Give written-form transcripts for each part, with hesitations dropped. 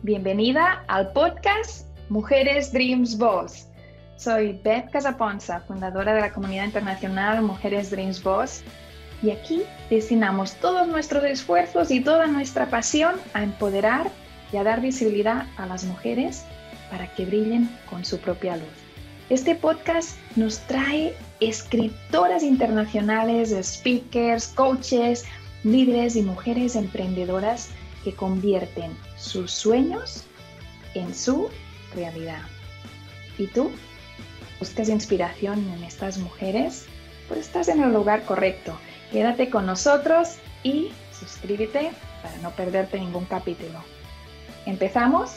Bienvenida al podcast Mujeres Dreams Boss. Soy Beth Casaponza, fundadora de la comunidad internacional Mujeres Dreams Boss, y aquí destinamos todos nuestros esfuerzos y toda nuestra pasión a empoderar y a dar visibilidad a las mujeres para que brillen con su propia luz. Este podcast nos trae escritoras internacionales, speakers, coaches, líderes y mujeres emprendedoras que convierten sus sueños en su realidad. ¿Y tú? ¿Buscas inspiración en estas mujeres? Pues estás en el lugar correcto. Quédate con nosotros y suscríbete para no perderte ningún capítulo. ¿Empezamos?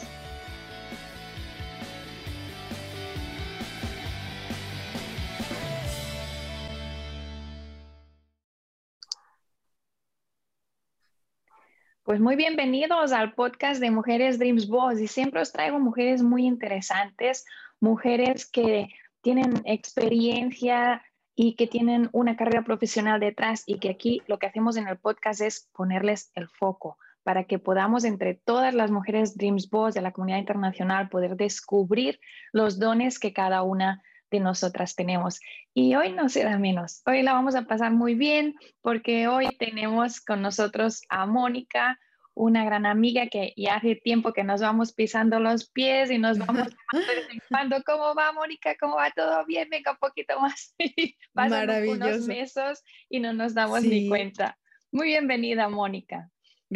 Pues muy bienvenidos al podcast de Mujeres Dreams Boss, y siempre os traigo mujeres muy interesantes, mujeres que tienen experiencia y que tienen una carrera profesional detrás, y que aquí lo que hacemos en el podcast es ponerles el foco para que podamos entre todas las mujeres Dreams Boss de la comunidad internacional poder descubrir los dones que cada una de nosotras tenemos. Y hoy no será menos, hoy la vamos a pasar muy bien porque hoy tenemos con nosotros a Mónica, una gran amiga que ya hace tiempo que nos vamos pisando los pies y nos vamos llamando de vez en cuando. ¿Cómo va, Mónica? ¿Cómo va? ¿Todo bien? Venga, un poquito más. Pasan unos Maravilloso. meses y no nos damos ni Sí, cuenta. Muy bienvenida, Mónica.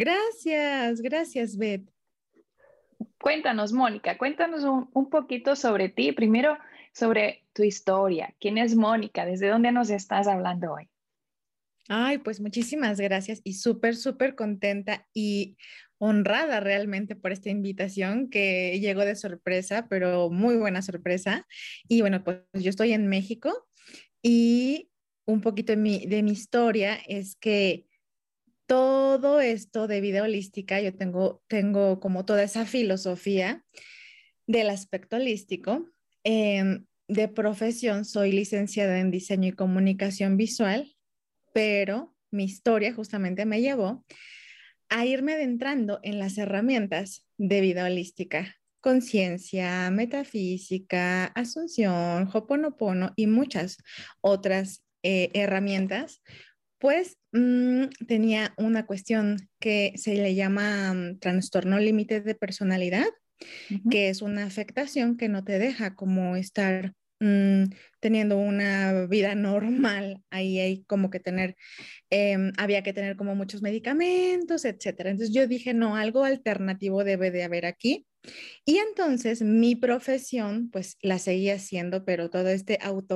gracias, Beth. Cuéntanos, Mónica, cuéntanos un poquito sobre ti. Primero, sobre tu historia. ¿Quién es Mónica? ¿Desde dónde nos estás hablando hoy? Ay, pues muchísimas gracias y súper contenta y honrada realmente por esta invitación que llegó de sorpresa, pero muy buena sorpresa. Y bueno, pues yo estoy en México y un poquito de mi historia es que todo esto de vida holística, yo tengo como toda esa filosofía del aspecto holístico. De profesión soy licenciada en diseño y comunicación visual, pero mi historia justamente me llevó a irme adentrando en las herramientas de vida holística, conciencia, metafísica, asunción, hoponopono y muchas otras herramientas. Pues tenía una cuestión que se le llama trastorno límite de personalidad, Ujú. que es una afectación que no te deja como estar mm, teniendo una vida normal. Ahí hay como que había que tener como muchos medicamentos, etcétera. Entonces yo dije, no, algo alternativo debe de haber aquí. Y entonces mi profesión, pues la seguía haciendo, pero todo este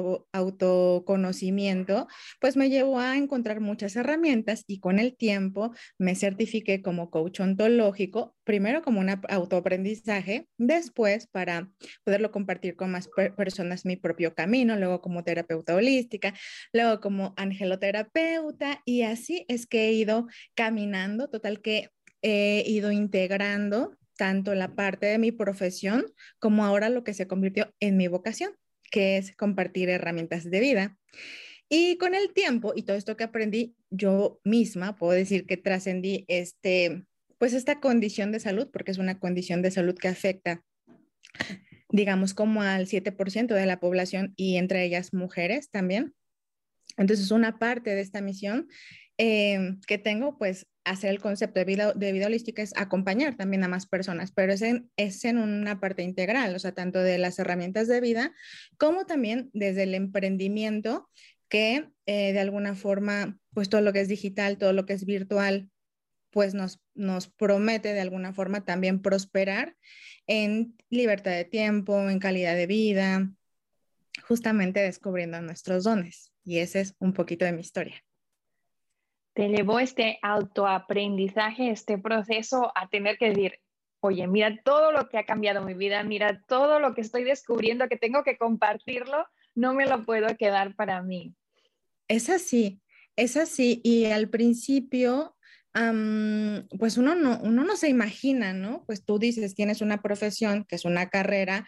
autoconocimiento, pues me llevó a encontrar muchas herramientas y con el tiempo me certifiqué como coach ontológico, primero como un autoaprendizaje, después para poderlo compartir con más personas mi propio camino, luego como terapeuta holística, luego como angeloterapeuta, y así es que he ido caminando, total que he ido integrando tanto la parte de mi profesión como ahora lo que se convirtió en mi vocación, que es compartir herramientas de vida. Y con el tiempo y todo esto que aprendí, yo misma puedo decir que trascendí pues esta condición de salud, porque es una condición de salud que afecta, digamos, como al 7% de la población y entre ellas mujeres también. Entonces, una parte de esta misión que tengo, pues, hacer el concepto de vida holística es acompañar también a más personas, pero es en una parte integral, o sea, tanto de las herramientas de vida como también desde el emprendimiento, que de alguna forma, pues todo lo que es digital, todo lo que es virtual, pues nos promete de alguna forma también prosperar en libertad de tiempo, en calidad de vida, justamente descubriendo nuestros dones. Y ese es un poquito de mi historia. ¿Te llevó este autoaprendizaje, este proceso a tener que decir, oye, mira todo lo que ha cambiado mi vida, mira todo lo que estoy descubriendo, que tengo que compartirlo, no me lo puedo quedar para mí? Es así, es así. Y al principio, pues uno no se imagina, ¿no? Pues tú dices, tienes una profesión, que es una carrera,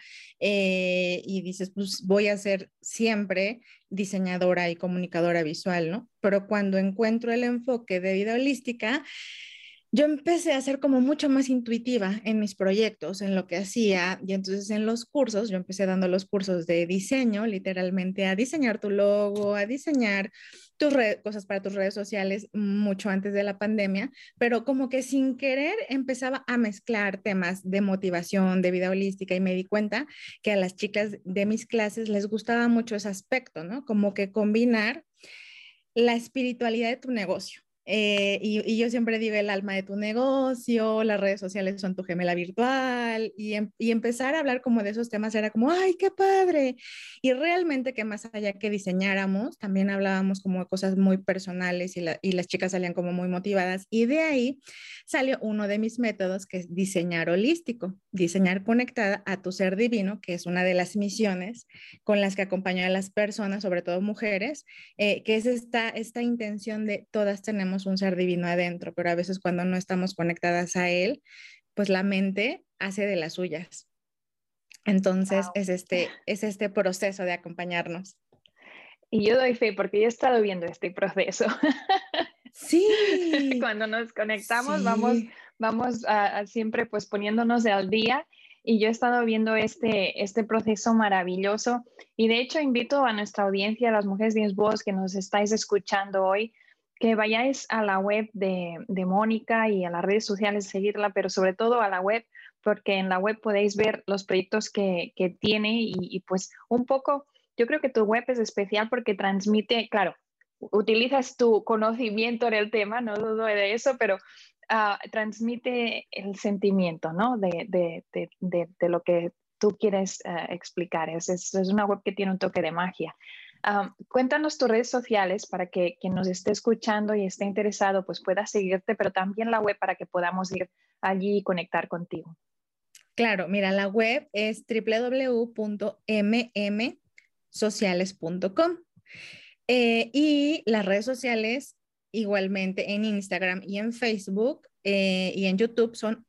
y dices, pues voy a ser siempre diseñadora y comunicadora visual, ¿no? Pero cuando encuentro el enfoque de vida holística, yo empecé a ser como mucho más intuitiva en mis proyectos, en lo que hacía, y entonces en los cursos, yo empecé dando los cursos de diseño, literalmente a diseñar tu logo, a diseñar cosas para tus redes sociales mucho antes de la pandemia, pero como que sin querer empezaba a mezclar temas de motivación, de vida holística, y me di cuenta que a las chicas de mis clases les gustaba mucho ese aspecto, ¿no? Como que combinar la espiritualidad de tu negocio. Y yo siempre digo el alma de tu negocio, las redes sociales son tu gemela virtual, y empezar a hablar como de esos temas era como, ¡ay, qué padre! Y realmente que más allá que diseñáramos, también hablábamos como de cosas muy personales, y las chicas salían como muy motivadas, y de ahí salió uno de mis métodos, que es diseñar holístico, diseñar conectada a tu ser divino, que es una de las misiones con las que acompaño a las personas, sobre todo mujeres, que es esta intención de todas tenemos un ser divino adentro, pero a veces cuando no estamos conectadas a él, pues la mente hace de las suyas. Entonces Wow. es este proceso de acompañarnos. Y yo doy fe porque yo he estado viendo este proceso. Sí, Cuando nos conectamos, sí. vamos a siempre pues poniéndonos al día. Y yo he estado viendo este proceso maravilloso. Y de hecho invito a nuestra audiencia, a las mujeres de voz que nos estáis escuchando hoy, que vayáis a la web de Mónica y a las redes sociales, seguirla, pero sobre todo a la web, porque en la web podéis ver los proyectos que tiene y pues un poco, yo creo que tu web es especial porque transmite, claro, utilizas tu conocimiento en el tema, no dudo de eso, pero transmite el sentimiento, ¿no? De lo que tú quieres explicar. Es una web que tiene un toque de magia. Cuéntanos tus redes sociales para que quien nos esté escuchando y esté interesado pues pueda seguirte, pero también la web para que podamos ir allí y conectar contigo. Claro, mira, la web es www.mmsociales.com. Y las redes sociales, igualmente en Instagram y en Facebook y en YouTube, son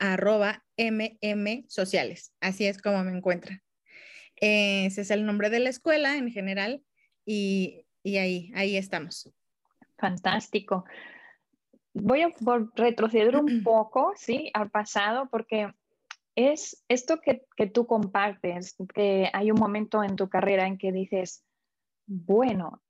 @mmsociales. Así es como me encuentran. Ese es el nombre de la escuela en general, y ahí estamos. Fantástico. Voy a retroceder un poco, ¿sí? Al pasado, porque es esto que tú compartes, que hay un momento en tu carrera en que dices, bueno,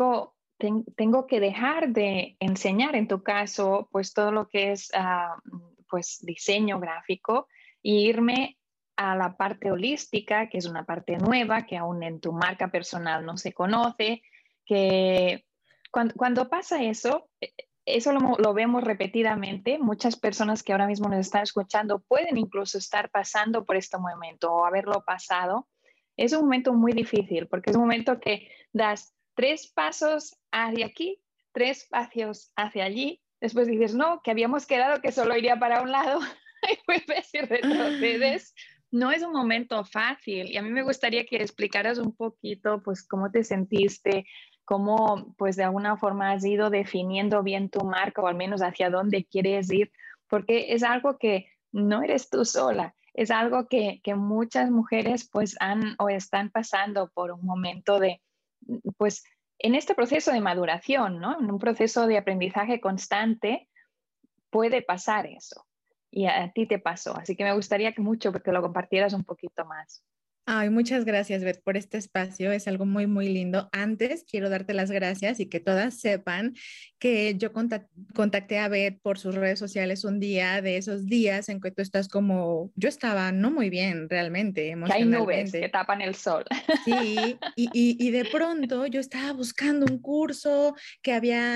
tengo que dejar de enseñar, en tu caso, pues todo lo que es pues diseño gráfico e irme a la parte holística, que es una parte nueva, que aún en tu marca personal no se conoce, que cuando pasa eso, eso lo vemos repetidamente. Muchas personas que ahora mismo nos están escuchando pueden incluso estar pasando por este momento o haberlo pasado. Es un momento muy difícil porque es un momento que das 3 pasos hacia aquí, 3 pasos hacia allí. Después dices, no, que habíamos quedado que solo iría para un lado y vuelves y retrocedes. No es un momento fácil y a mí me gustaría que explicaras un poquito, pues, cómo te sentiste, cómo, pues, de alguna forma has ido definiendo bien tu marca o al menos hacia dónde quieres ir, porque es algo que no eres tú sola, es algo que muchas mujeres, pues, han o están pasando por un momento de, pues, en este proceso de maduración, ¿no? En un proceso de aprendizaje constante puede pasar eso. Y a ti te pasó. Así que me gustaría que mucho que lo compartieras un poquito más. Ay, muchas gracias, Beth, por este espacio. Es algo muy, muy lindo. Antes, quiero darte las gracias y que todas sepan que yo contacté a Beth por sus redes sociales un día de esos días en que tú estás como, yo estaba no muy bien realmente, Que hay nubes que emocionalmente. tapan el sol. Sí, y de pronto yo estaba buscando un curso que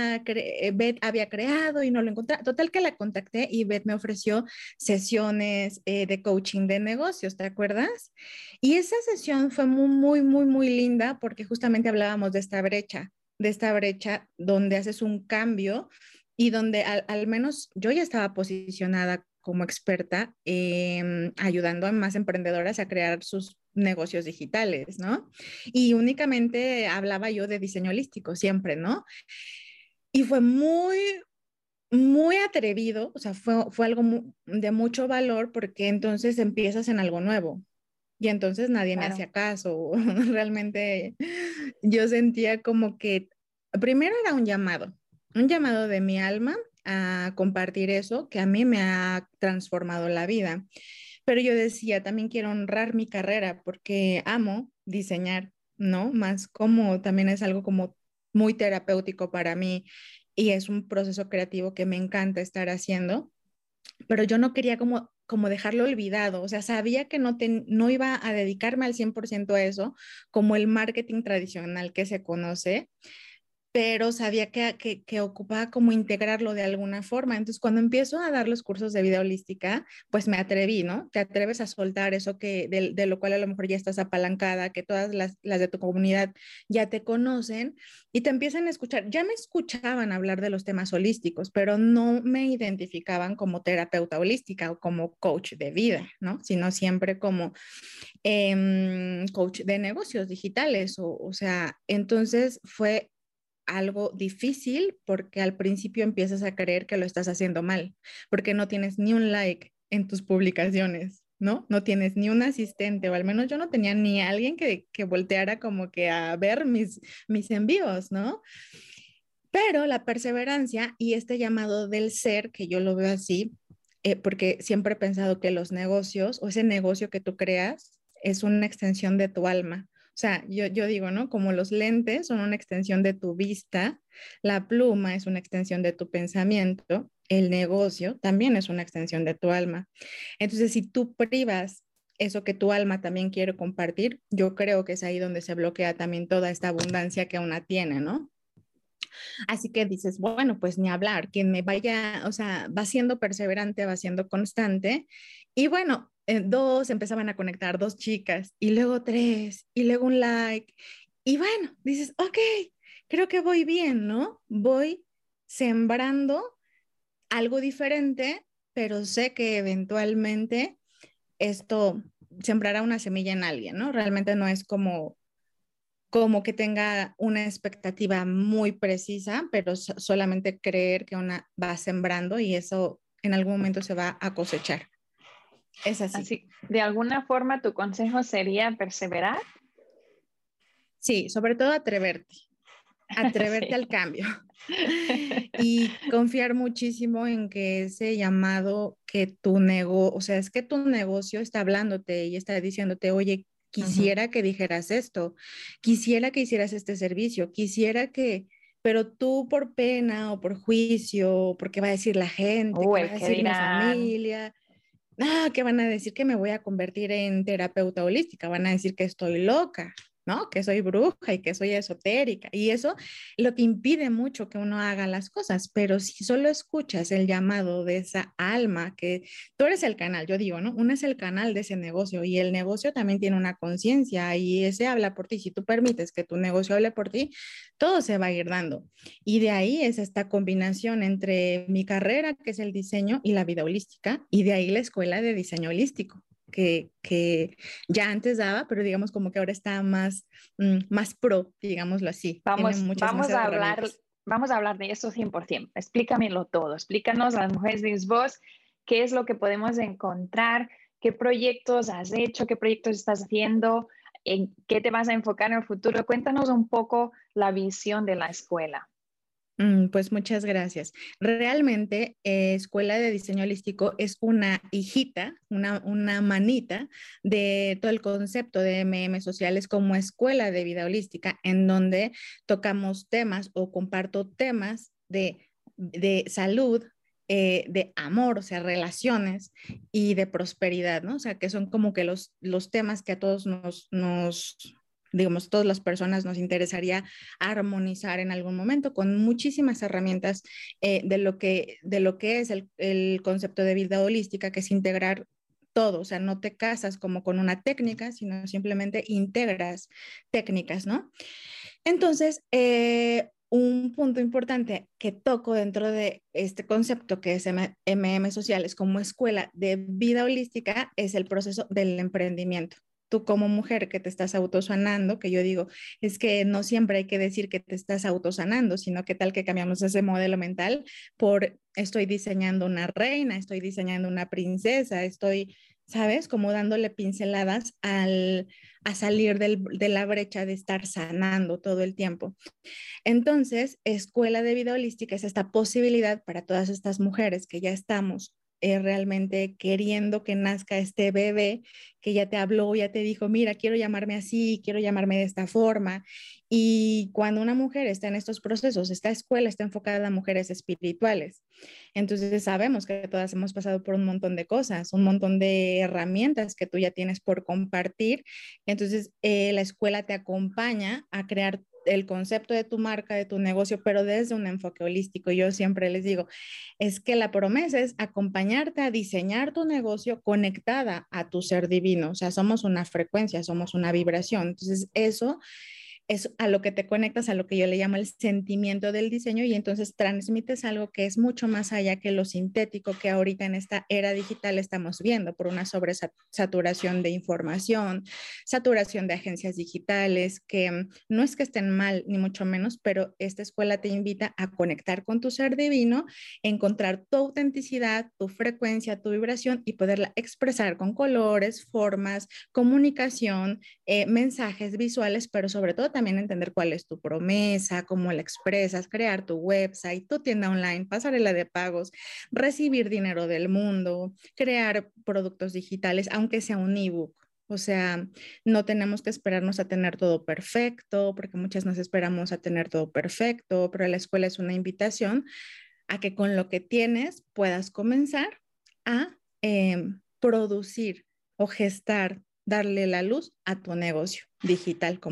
Beth había creado y no lo encontré. Total que la contacté y Beth me ofreció sesiones de coaching de negocios, ¿te acuerdas? Y esa sesión fue muy, muy, muy, muy linda porque justamente hablábamos de esta brecha donde haces un cambio y donde al menos yo ya estaba posicionada como experta ayudando a más emprendedoras a crear sus negocios digitales, ¿no? Y únicamente hablaba yo de diseño holístico siempre, ¿no? Y fue muy, muy atrevido, o sea, fue algo de mucho valor porque entonces empiezas en algo nuevo. Y entonces nadie me Claro. hacía caso. Realmente yo sentía como que primero era un llamado de mi alma a compartir eso que a mí me ha transformado la vida. Pero yo decía, también quiero honrar mi carrera porque amo diseñar, ¿no? Más como también es algo como muy terapéutico para mí y es un proceso creativo que me encanta estar haciendo, pero yo no quería como dejarlo olvidado, o sea, sabía que no iba a dedicarme al 100% a eso, como el marketing tradicional que se conoce, pero sabía que ocupaba como integrarlo de alguna forma. Entonces, cuando empiezo a dar los cursos de vida holística, pues me atreví, ¿no? Te atreves a soltar eso de lo cual a lo mejor ya estás apalancada, que todas las de tu comunidad ya te conocen y te empiezan a escuchar. Ya me escuchaban hablar de los temas holísticos, pero no me identificaban como terapeuta holística o como coach de vida, ¿no? Sino siempre como coach de negocios digitales. O sea, entonces fue algo difícil porque al principio empiezas a creer que lo estás haciendo mal, porque no tienes ni un like en tus publicaciones, ¿no? No tienes ni un asistente, o al menos yo no tenía ni alguien que volteara como que a ver mis envíos, ¿no? Pero la perseverancia y este llamado del ser, que yo lo veo así, porque siempre he pensado que los negocios o ese negocio que tú creas es una extensión de tu alma. O sea, yo digo, ¿no? Como los lentes son una extensión de tu vista, la pluma es una extensión de tu pensamiento, el negocio también es una extensión de tu alma. Entonces, si tú privas eso que tu alma también quiere compartir, yo creo que es ahí donde se bloquea también toda esta abundancia que una tiene, ¿no? Así que dices, bueno, pues ni hablar, quien me vaya, o sea, va siendo perseverante, va siendo constante. Y bueno, dos empezaban a conectar, dos chicas, y luego tres, y luego un like. Y bueno, dices, ok, creo que voy bien, ¿no? Voy sembrando algo diferente, pero sé que eventualmente esto sembrará una semilla en alguien, ¿no? Realmente no es como que tenga una expectativa muy precisa, pero solamente creer que una va sembrando y eso en algún momento se va a cosechar. Es así. Así, de alguna forma, tu consejo sería perseverar. Sí, sobre todo atreverte Sí. al cambio y confiar muchísimo en que ese llamado que o sea, es que tu negocio está hablándote y está diciéndote, oye, Ujú. quisiera que dijeras esto, quisiera que hicieras este servicio, pero tú por pena o por juicio, o porque va a decir la gente, que va a El que decir mi dirán. familia, que van a decir que me voy a convertir en terapeuta holística, van a decir que estoy loca, ¿no? Que soy bruja y que soy esotérica. Y eso lo que impide mucho que uno haga las cosas. Pero si solo escuchas el llamado de esa alma, que tú eres el canal, yo digo, ¿no? Uno es el canal de ese negocio y el negocio también tiene una conciencia y ese habla por ti. Si tú permites que tu negocio hable por ti, todo se va a ir dando. Y de ahí es esta combinación entre mi carrera, que es el diseño, y la vida holística, y de ahí la escuela de diseño holístico, que ya antes daba, pero digamos como que ahora está más pro, digámoslo así. Tiene Vamos, muchas más vamos a hablar, herramientas. vamos a hablar de eso 100%. Explícamelo todo. Explícanos a las mujeres de voz qué es lo que podemos encontrar, qué proyectos has hecho, qué proyectos estás haciendo, en qué te vas a enfocar en el futuro. Cuéntanos un poco la visión de la escuela. Pues muchas gracias. Realmente, Escuela de Diseño Holístico es una hijita, una manita de todo el concepto de MM Sociales como escuela de vida holística, en donde tocamos temas o comparto temas de salud, de amor, o sea, relaciones y de prosperidad, ¿no? O sea, que son como que los temas que a todos digamos, todas las personas nos interesaría armonizar en algún momento con muchísimas herramientas de lo que es el concepto de vida holística, que es integrar todo, o sea, no te casas como con una técnica, sino simplemente integras técnicas, ¿no? Entonces, un punto importante que toco dentro de este concepto que es MM Sociales como escuela de vida holística es el proceso del emprendimiento. Tú como mujer que te estás autosanando, que yo digo, es que no siempre hay que decir que te estás autosanando, sino que tal que cambiamos ese modelo mental por estoy diseñando una reina, estoy diseñando una princesa, estoy ¿sabes? Como dándole pinceladas a salir de la brecha de estar sanando todo el tiempo. Entonces, escuela de vida holística es esta posibilidad para todas estas mujeres que ya estamos realmente queriendo que nazca este bebé que ya te habló, ya te dijo, mira, quiero llamarme así, quiero llamarme de esta forma. Y cuando una mujer está en estos procesos, esta escuela está enfocada a mujeres espirituales. Entonces sabemos que todas hemos pasado por un montón de cosas, un montón de herramientas que tú ya tienes por compartir. Entonces la escuela te acompaña a crear el concepto de tu marca, de tu negocio, pero desde un enfoque holístico. Yo siempre les digo, es que la promesa es acompañarte a diseñar tu negocio conectada a tu ser divino. O sea, somos una frecuencia, somos una vibración. Entonces, eso es a lo que te conectas, a lo que yo le llamo el sentimiento del diseño, y entonces transmites algo que es mucho más allá que lo sintético que ahorita en esta era digital estamos viendo por una sobresaturación de información, saturación de agencias digitales, que no es que estén mal, ni mucho menos, pero esta escuela te invita a conectar con tu ser divino, encontrar tu autenticidad, tu frecuencia, tu vibración y poderla expresar con colores, formas, comunicación, mensajes visuales, pero sobre todo también entender cuál es tu promesa, cómo la expresas, crear tu website, tu tienda online, pasarela de pagos, recibir dinero del mundo, crear productos digitales, aunque sea un ebook. O sea, no tenemos que esperarnos a tener todo perfecto, porque muchas nos esperamos a tener todo perfecto, pero la escuela es una invitación a que con lo que tienes puedas comenzar a producir o gestar, darle la luz a tu negocio digital,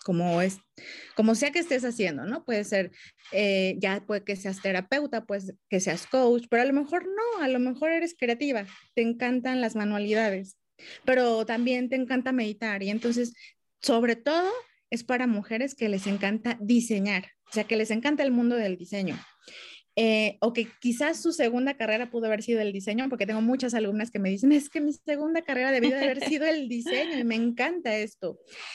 como sea que estés haciendo, ¿no? Puede ser, ya puede que seas terapeuta, pues que seas coach, pero a lo mejor no, a lo mejor eres creativa, te encantan las manualidades, pero también te encanta meditar y entonces, sobre todo, es para mujeres que les encanta diseñar, o sea, que les encanta el mundo del diseño. O que quizás su segunda carrera pudo haber sido el diseño, porque tengo muchas alumnas que me dicen, es que mi segunda carrera debió de haber sido el diseño y me encanta esto.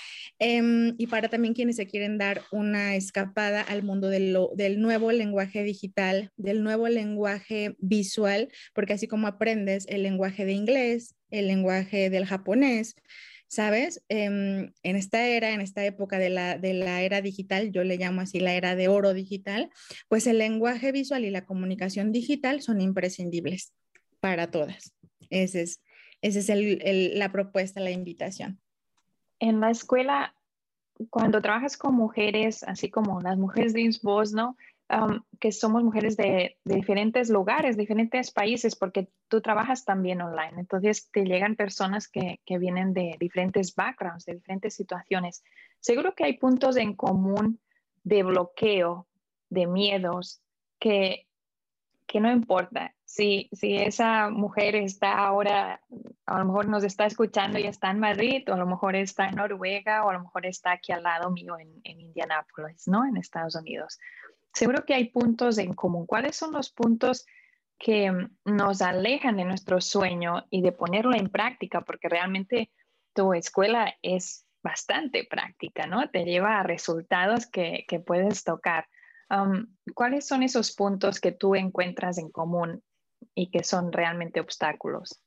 Y para también quienes se quieren dar una escapada al mundo del nuevo lenguaje digital, del nuevo lenguaje visual, porque así como aprendes el lenguaje de inglés, el lenguaje del japonés, ¿sabes? En esta era, en esta época de la era digital, yo le llamo así la era de oro digital, pues el lenguaje visual y la comunicación digital son imprescindibles para todas. Esa es la propuesta, la invitación. En la escuela, cuando trabajas con mujeres, así como las mujeres de Dreams, ¿no? Que somos mujeres de diferentes lugares, diferentes países, porque tú trabajas también online. Entonces te llegan personas que vienen de diferentes backgrounds, de diferentes situaciones. Seguro que hay puntos en común de bloqueo, de miedos, que que no importa si esa mujer está ahora, a lo mejor nos está escuchando y está en Madrid, o a lo mejor está en Noruega, o a lo mejor está aquí al lado mío en Indianápolis, ¿no? En Estados Unidos. Seguro que hay puntos en común. ¿Cuáles son los puntos que nos alejan de nuestro sueño y de ponerlo en práctica? Porque realmente tu escuela es bastante práctica, ¿no? Te lleva a resultados que puedes tocar. ¿Cuáles son esos puntos que tú encuentras en común y que son realmente obstáculos?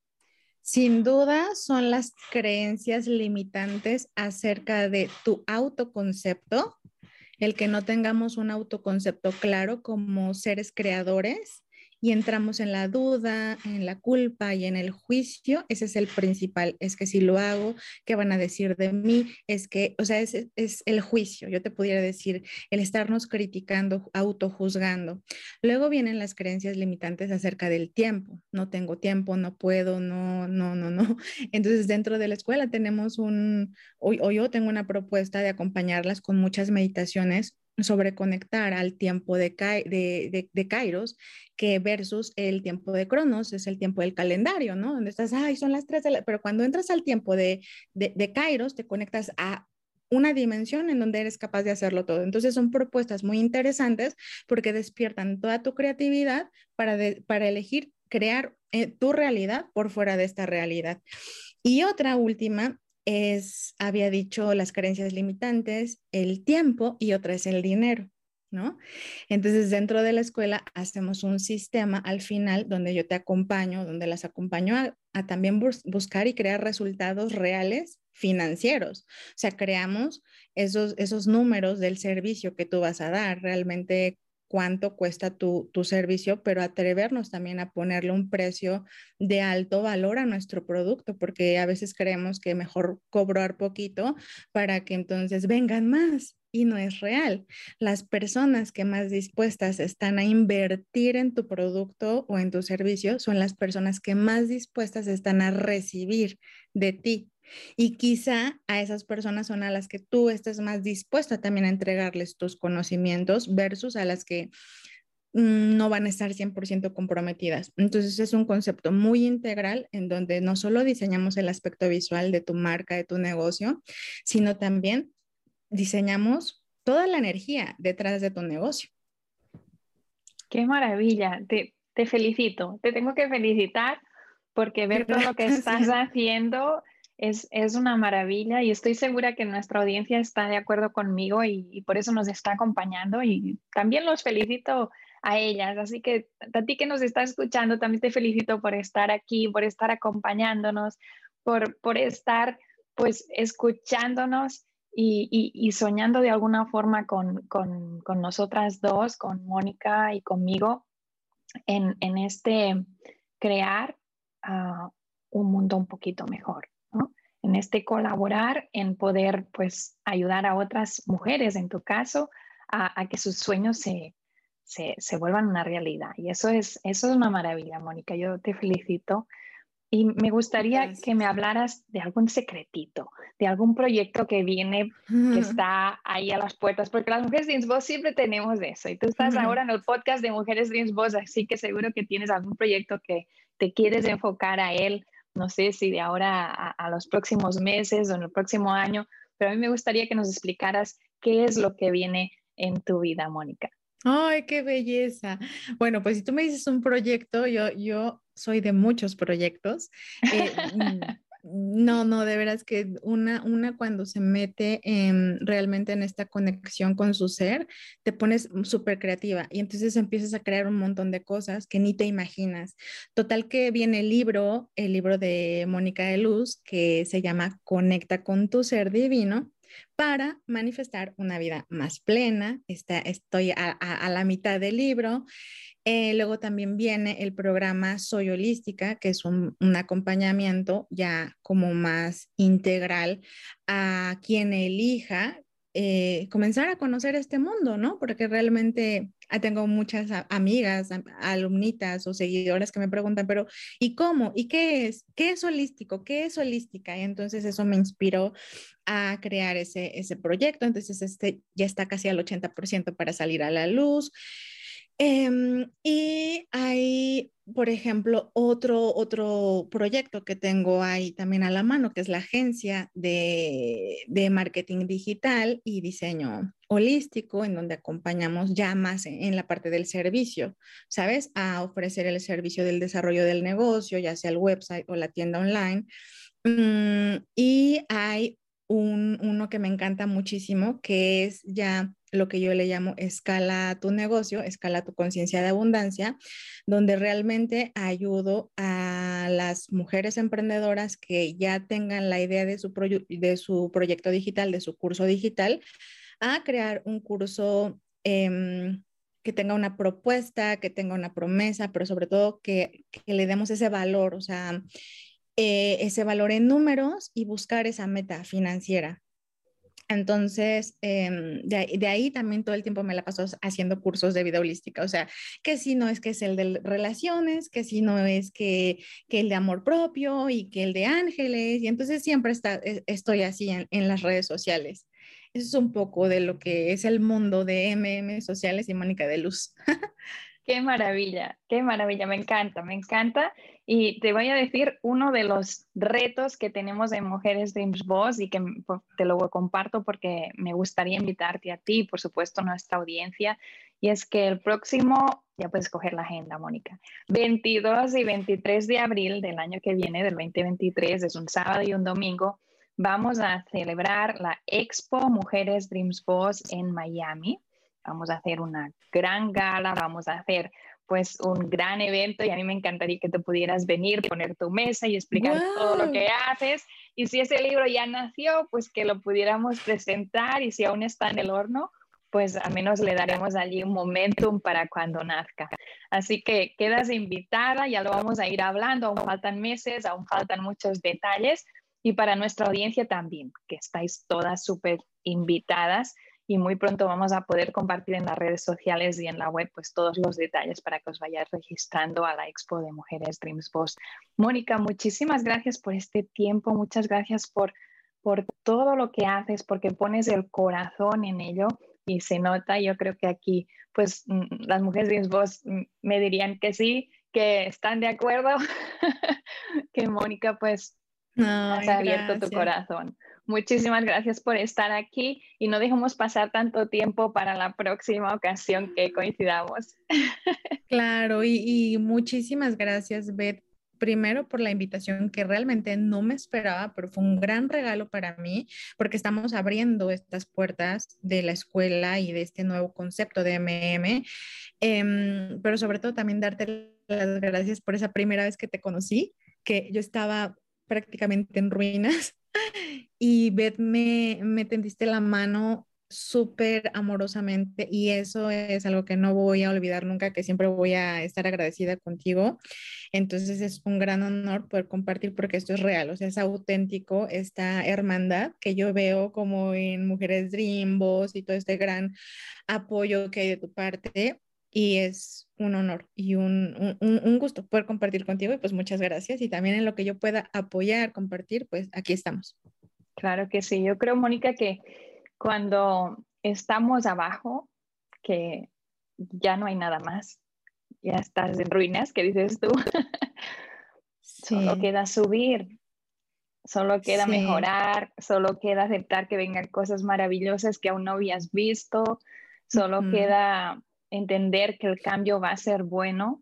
Sin duda son las creencias limitantes acerca de tu autoconcepto, el que no tengamos un autoconcepto claro como seres creadores y entramos en la duda, en la culpa y en el juicio. Ese es el principal, es que si lo hago, ¿qué van a decir de mí? Es que, o sea, es el juicio, yo te pudiera decir, el estarnos criticando, autojuzgando. Luego vienen las creencias limitantes acerca del tiempo, no tengo tiempo, no puedo, no, no, no, no. Entonces, dentro de la escuela tenemos o yo tengo una propuesta de acompañarlas con muchas meditaciones sobre conectar al tiempo de Kairos, que versus el tiempo de Cronos, es el tiempo del calendario, ¿no? Donde estás, ay, son las 3 pero cuando entras al tiempo de Kairos, te conectas a una dimensión en donde eres capaz de hacerlo todo. Entonces son propuestas muy interesantes porque despiertan toda tu creatividad para elegir crear tu realidad por fuera de esta realidad. Y otra última había dicho las creencias limitantes, el tiempo y otra es el dinero. ¿no? Entonces, dentro de la escuela hacemos un sistema al final donde yo te acompaño, donde las acompaño a también buscar y crear resultados reales financieros. O sea, creamos esos números del servicio que tú vas a dar, realmente cuánto cuesta tu servicio, pero atrevernos también a ponerle un precio de alto valor a nuestro producto, porque a veces creemos que mejor cobrar poquito para que entonces vengan más y no es real. Las personas que más dispuestas están a invertir en tu producto o en tu servicio son las personas que más dispuestas están a recibir de ti. Y quizá a esas personas son a las que tú estés más dispuesta también a entregarles tus conocimientos versus a las que no van a estar 100% comprometidas. Entonces es un concepto muy integral en donde no solo diseñamos el aspecto visual de tu marca, de tu negocio, sino también diseñamos toda la energía detrás de tu negocio. Qué maravilla, te felicito, te tengo que felicitar porque ver todo lo que estás Gracias. haciendo es una maravilla y estoy segura que nuestra audiencia está de acuerdo conmigo y por eso nos está acompañando y también los felicito a ellas. Así que a ti que nos estás escuchando, también te felicito por estar aquí, por estar acompañándonos, por estar pues escuchándonos y soñando de alguna forma con nosotras dos, con Mónica y conmigo, en este crear un mundo un poquito mejor, ¿no? En este colaborar, en poder pues ayudar a otras mujeres, en tu caso, a que sus sueños se vuelvan una realidad. Y eso es una maravilla, Mónica. Yo te felicito. Y me gustaría que me Gracias. hablaras de algún secretito, de algún proyecto que viene, que está ahí a las puertas, porque las Mujeres Dreams Boss siempre tenemos eso. Y tú estás ahora en el podcast de Mujeres Dreams Boss, así que seguro que tienes algún proyecto que te quieres enfocar a él. No sé si de ahora a los próximos meses o en el próximo año, pero a mí me gustaría que nos explicaras qué es lo que viene en tu vida, Mónica. Ay, qué belleza. Bueno, pues si tú me dices un proyecto, yo soy de muchos proyectos. No, no, de veras que una cuando se mete realmente en esta conexión con su ser, te pones súper creativa y entonces empiezas a crear un montón de cosas que ni te imaginas. Total que viene el libro de Mónica de Luz, que se llama Conecta con tu ser divino para manifestar una vida más plena. Estoy a la mitad del libro. Luego también viene el programa Soy Holística, que es un acompañamiento ya como más integral a quien elija comenzar a conocer este mundo, ¿no? Porque realmente tengo muchas amigas, alumnitas o seguidoras que me preguntan, pero ¿y cómo? ¿Y qué es? ¿Qué es holístico? ¿Qué es holística? Y entonces eso me inspiró a crear ese proyecto. Entonces este ya está casi al 80% para salir a la luz. Y hay, por ejemplo, otro proyecto que tengo ahí también a la mano, que es la agencia de marketing digital y diseño holístico, en donde acompañamos ya más en la parte del servicio, ¿sabes? A ofrecer el servicio del desarrollo del negocio, ya sea el website o la tienda online. Y hay uno que me encanta muchísimo, que es ya lo que yo le llamo escala tu negocio, escala tu conciencia de abundancia, donde realmente ayudo a las mujeres emprendedoras que ya tengan la idea de su proyecto digital, de su curso digital, a crear un curso que tenga una propuesta, que tenga una promesa, pero sobre todo que le demos ese valor, o sea, ese valor en números y buscar esa meta financiera. Entonces, de ahí también todo el tiempo me la paso haciendo cursos de vida holística. O sea, que si no es que es el de relaciones, que si no es que el de amor propio y que el de ángeles. Y entonces siempre estoy así en las redes sociales. Eso es un poco de lo que es el mundo de MM Sociales y Mónica de Luz. Qué maravilla, me encanta, me encanta. Y te voy a decir uno de los retos que tenemos en Mujeres Dreams Boss y que pues, te lo comparto porque me gustaría invitarte a ti y por supuesto a nuestra audiencia. Y es que el próximo, ya puedes coger la agenda, Mónica, 22 y 23 de abril del año que viene, del 2023, es un sábado y un domingo, vamos a celebrar la Expo Mujeres Dreams Boss en Miami. vamos a hacer una gran gala, vamos a hacer pues un gran evento y a mí me encantaría que te pudieras venir, poner tu mesa y explicar todo lo que haces. Y si ese libro ya nació, pues que lo pudiéramos presentar, y si aún está en el horno, pues al menos le daremos allí un momentum para cuando nazca. Así que quedas invitada, ya lo vamos a ir hablando, aún faltan meses, aún faltan muchos detalles, y para nuestra audiencia también, que estáis todas súper invitadas. Y muy pronto vamos a poder compartir en las redes sociales y en la web pues todos los detalles para que os vayáis registrando a la Expo de Mujeres Dreams Boss. Mónica, muchísimas gracias por este tiempo, muchas gracias por todo lo que haces, porque pones el corazón en ello y se nota. Yo creo que aquí pues las Mujeres Dreams Boss me dirían que sí, que están de acuerdo, que Mónica pues has abierto tu corazón. Muchísimas gracias por estar aquí y no dejemos pasar tanto tiempo para la próxima ocasión que coincidamos. Claro, y muchísimas gracias, Beth. Primero por la invitación que realmente no me esperaba, pero fue un gran regalo para mí porque estamos abriendo estas puertas de la escuela y de este nuevo concepto de MM. Pero sobre todo también darte las gracias por esa primera vez que te conocí, que yo estaba prácticamente en ruinas y Beth me tendiste la mano súper amorosamente y eso es algo que no voy a olvidar nunca, que siempre voy a estar agradecida contigo. Entonces es un gran honor poder compartir porque esto es real, o sea, es auténtico esta hermandad que yo veo como en Mujeres Dream Boss y todo este gran apoyo que hay de tu parte. Y es un honor y un gusto poder compartir contigo y pues muchas gracias. Y también en lo que yo pueda apoyar, compartir, pues aquí estamos. Claro que sí. Yo creo, Mónica, que cuando estamos abajo, que ya no hay nada más, ya estás en ruinas, ¿qué dices tú? Solo queda subir, solo queda mejorar, solo queda aceptar que vengan cosas maravillosas que aún no habías visto, solo queda entender que el cambio va a ser bueno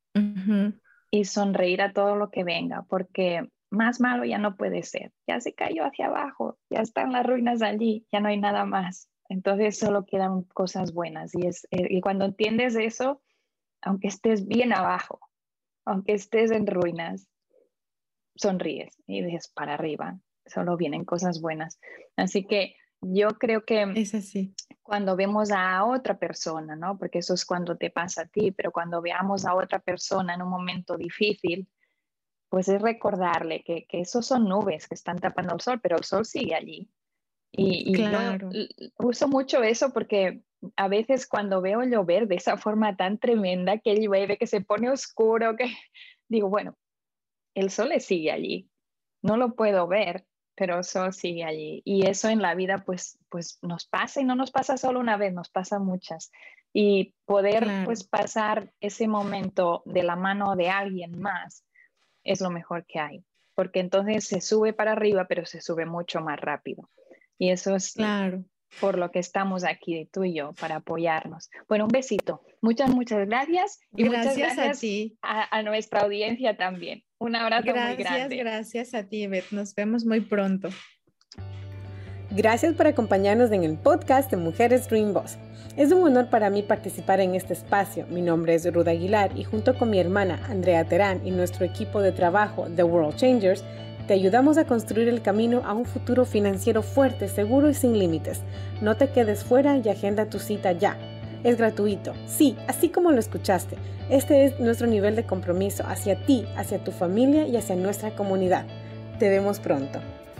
y sonreír a todo lo que venga, porque más malo ya no puede ser. Ya se cayó hacia abajo, ya están las ruinas allí, ya no hay nada más. Entonces solo quedan cosas buenas y cuando entiendes eso, aunque estés bien abajo, aunque estés en ruinas, sonríes y dices para arriba, solo vienen cosas buenas. Así que yo creo que es así. Cuando vemos a otra persona, ¿no? Porque eso es cuando te pasa a ti, pero cuando veamos a otra persona en un momento difícil, pues es recordarle que esos son nubes que están tapando el sol, pero el sol sigue allí. Y claro. yo uso mucho eso porque a veces cuando veo llover de esa forma tan tremenda, que llueve, que se pone oscuro, que digo, bueno, el sol sigue allí, no lo puedo ver, pero el sol sigue allí. Y eso en la vida pues nos pasa, y no nos pasa solo una vez, nos pasa muchas. Y poder pues pasar ese momento de la mano de alguien más es lo mejor que hay, porque entonces se sube para arriba, pero se sube mucho más rápido. Y eso es por lo que estamos aquí, tú y yo, para apoyarnos. Bueno, un besito. Muchas gracias. Y muchas gracias a ti. A nuestra audiencia también. Un abrazo muy grande. Gracias a ti, Beth. Nos vemos muy pronto. Gracias por acompañarnos en el podcast de Mujeres Dream Boss. Es un honor para mí participar en este espacio. Mi nombre es Ruth Aguilar y junto con mi hermana Andrea Terán y nuestro equipo de trabajo The World Changers, te ayudamos a construir el camino a un futuro financiero fuerte, seguro y sin límites. No te quedes fuera y agenda tu cita ya. Es gratuito. Sí, así como lo escuchaste. Este es nuestro nivel de compromiso hacia ti, hacia tu familia y hacia nuestra comunidad. Te vemos pronto.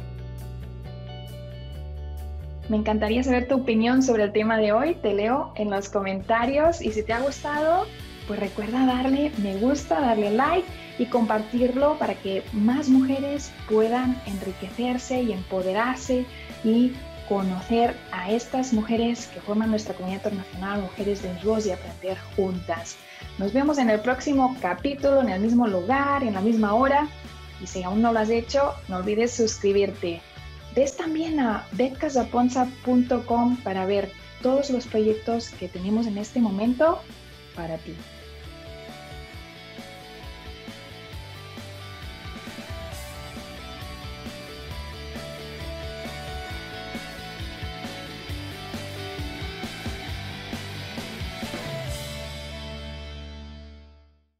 Me encantaría saber tu opinión sobre el tema de hoy. Te leo en los comentarios y si te ha gustado, pues recuerda darle me gusta, darle like y compartirlo para que más mujeres puedan enriquecerse y empoderarse y conocer a estas mujeres que forman nuestra comunidad internacional, Mujeres Dreams Boss, y aprender juntas. Nos vemos en el próximo capítulo, en el mismo lugar, en la misma hora. Y si aún no lo has hecho, no olvides suscribirte. Ves también a betcasaponza.com para ver todos los proyectos que tenemos en este momento para ti.